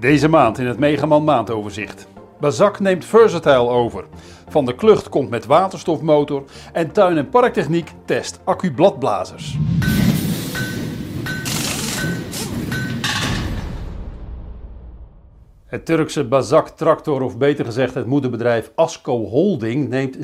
Deze maand in het Megaman maandoverzicht. Bazak neemt Versatile over. Van der Klucht komt met waterstofmotor en Tuin- en Parktechniek test accubladblazers. Het Turkse Bazak Traktor, of beter gezegd het moederbedrijf Asko Holding, neemt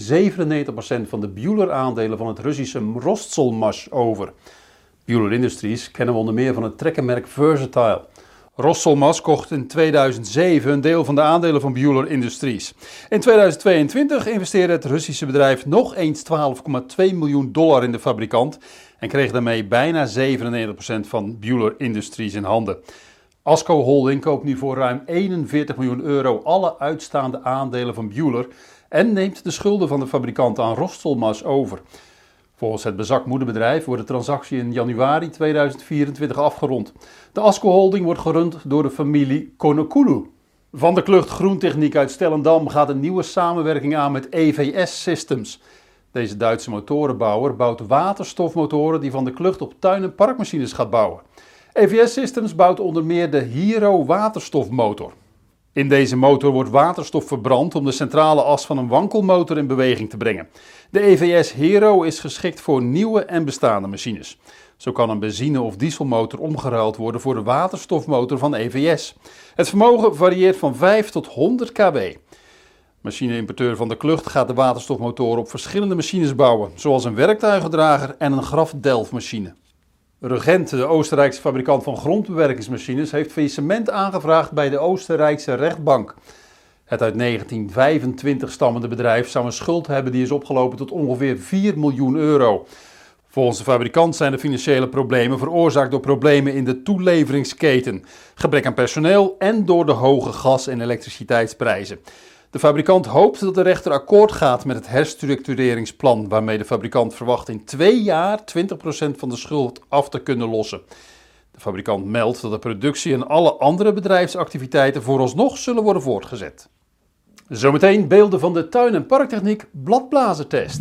97% van de Bühler-aandelen van het Russische Rostselmash over. Bühler Industries kennen we onder meer van het trekkermerk Versatile. Rostselmash kocht in 2007 een deel van de aandelen van Bühler Industries. In 2022 investeerde het Russische bedrijf nog eens $12,2 miljoen in de fabrikant en kreeg daarmee bijna 97% van Bühler Industries in handen. Asko Holding koopt nu voor ruim €41 miljoen alle uitstaande aandelen van Bühler en neemt de schulden van de fabrikant aan Rostselmash over. Volgens het Bazak moederbedrijf wordt de transactie in januari 2024 afgerond. De Asko Holding wordt gerund door de familie Konakulu. Van der Klucht Groentechniek uit Stellendam gaat een nieuwe samenwerking aan met EVS Systems. Deze Duitse motorenbouwer bouwt waterstofmotoren die Van der Klucht op tuin- en parkmachines gaat bouwen. EVS Systems bouwt onder meer de Hero waterstofmotor. In deze motor wordt waterstof verbrand om de centrale as van een wankelmotor in beweging te brengen. De EVS Hero is geschikt voor nieuwe en bestaande machines. Zo kan een benzine- of dieselmotor omgeruild worden voor de waterstofmotor van EVS. Het vermogen varieert van 5 tot 100 kW. Machineimporteur Van der Klucht gaat de waterstofmotoren op verschillende machines bouwen, zoals een werktuigendrager en een grafdelfmachine. Regent, de Oostenrijkse fabrikant van grondbewerkingsmachines, heeft faillissement aangevraagd bij de Oostenrijkse rechtbank. Het uit 1925 stammende bedrijf zou een schuld hebben die is opgelopen tot ongeveer €4 miljoen. Volgens de fabrikant zijn de financiële problemen veroorzaakt door problemen in de toeleveringsketen, gebrek aan personeel en door de hoge gas- en elektriciteitsprijzen. De fabrikant hoopt dat de rechter akkoord gaat met het herstructureringsplan, waarmee de fabrikant verwacht in 2 jaar 20% van de schuld af te kunnen lossen. De fabrikant meldt dat de productie en alle andere bedrijfsactiviteiten vooralsnog zullen worden voortgezet. Zometeen beelden van de Tuin- en Parktechniek bladblazertest.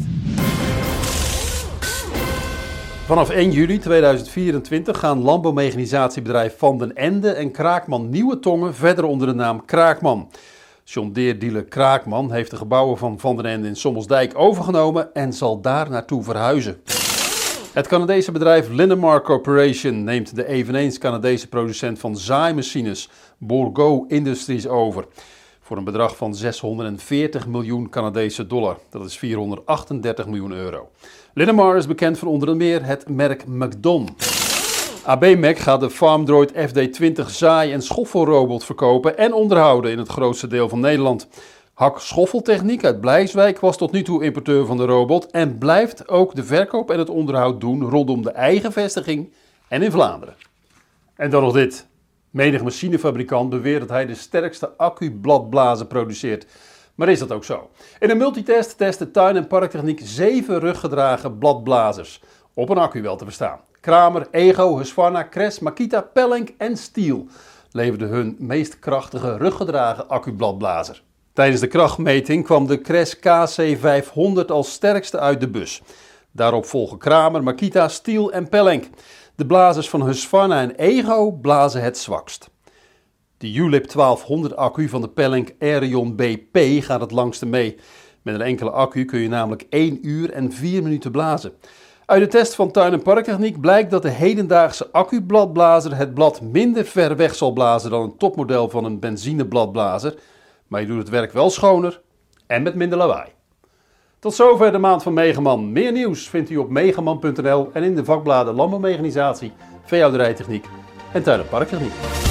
Vanaf 1 juli 2024 gaan landbouwmechanisatiebedrijf Van den Ende en Kraakman Nieuwe Tongen verder onder de naam Kraakman. John Deere dealer Kraakman heeft de gebouwen van den Ende in Sommelsdijk overgenomen en zal daar naartoe verhuizen. Het Canadese bedrijf Linamar Corporation neemt de eveneens Canadese producent van zaaimachines Bourgault Industries over. Voor een bedrag van $640 miljoen Canadese dollar. Dat is €438 miljoen. Linamar is bekend van onder meer het merk MacDon. AB Mac gaat de FarmDroid FD20 zaai- en schoffelrobot verkopen en onderhouden in het grootste deel van Nederland. Hak Schoffeltechniek uit Blijswijk was tot nu toe importeur van de robot en blijft ook de verkoop en het onderhoud doen rondom de eigen vestiging en in Vlaanderen. En dan nog dit. Menig machinefabrikant beweert dat hij de sterkste accubladblazer produceert. Maar is dat ook zo? In een multitest test de Tuin- en Parktechniek 7 ruggedragen bladblazers. Op een accu wel te verstaan. Kramer, Ego, Husqvarna, Kress, Makita, Pellenc en Stihl leverden hun meest krachtige ruggedragen accubladblazer. Tijdens de krachtmeting kwam de Kress KC500 als sterkste uit de bus. Daarop volgen Kramer, Makita, Stihl en Pellenc. De blazers van Husqvarna en Ego blazen het zwakst. De Julip 1200 accu van de Pellenc Aerion BP gaat het langste mee. Met een enkele accu kun je namelijk 1 uur en 4 minuten blazen. Uit de test van Tuin- en Parktechniek blijkt dat de hedendaagse accubladblazer het blad minder ver weg zal blazen dan een topmodel van een benzinebladblazer, maar je doet het werk wel schoner en met minder lawaai. Tot zover de maand van Megaman. Meer nieuws vindt u op megaman.nl en in de vakbladen Landbouwmechanisatie, Veehouderijtechniek en Tuin- en Parktechniek.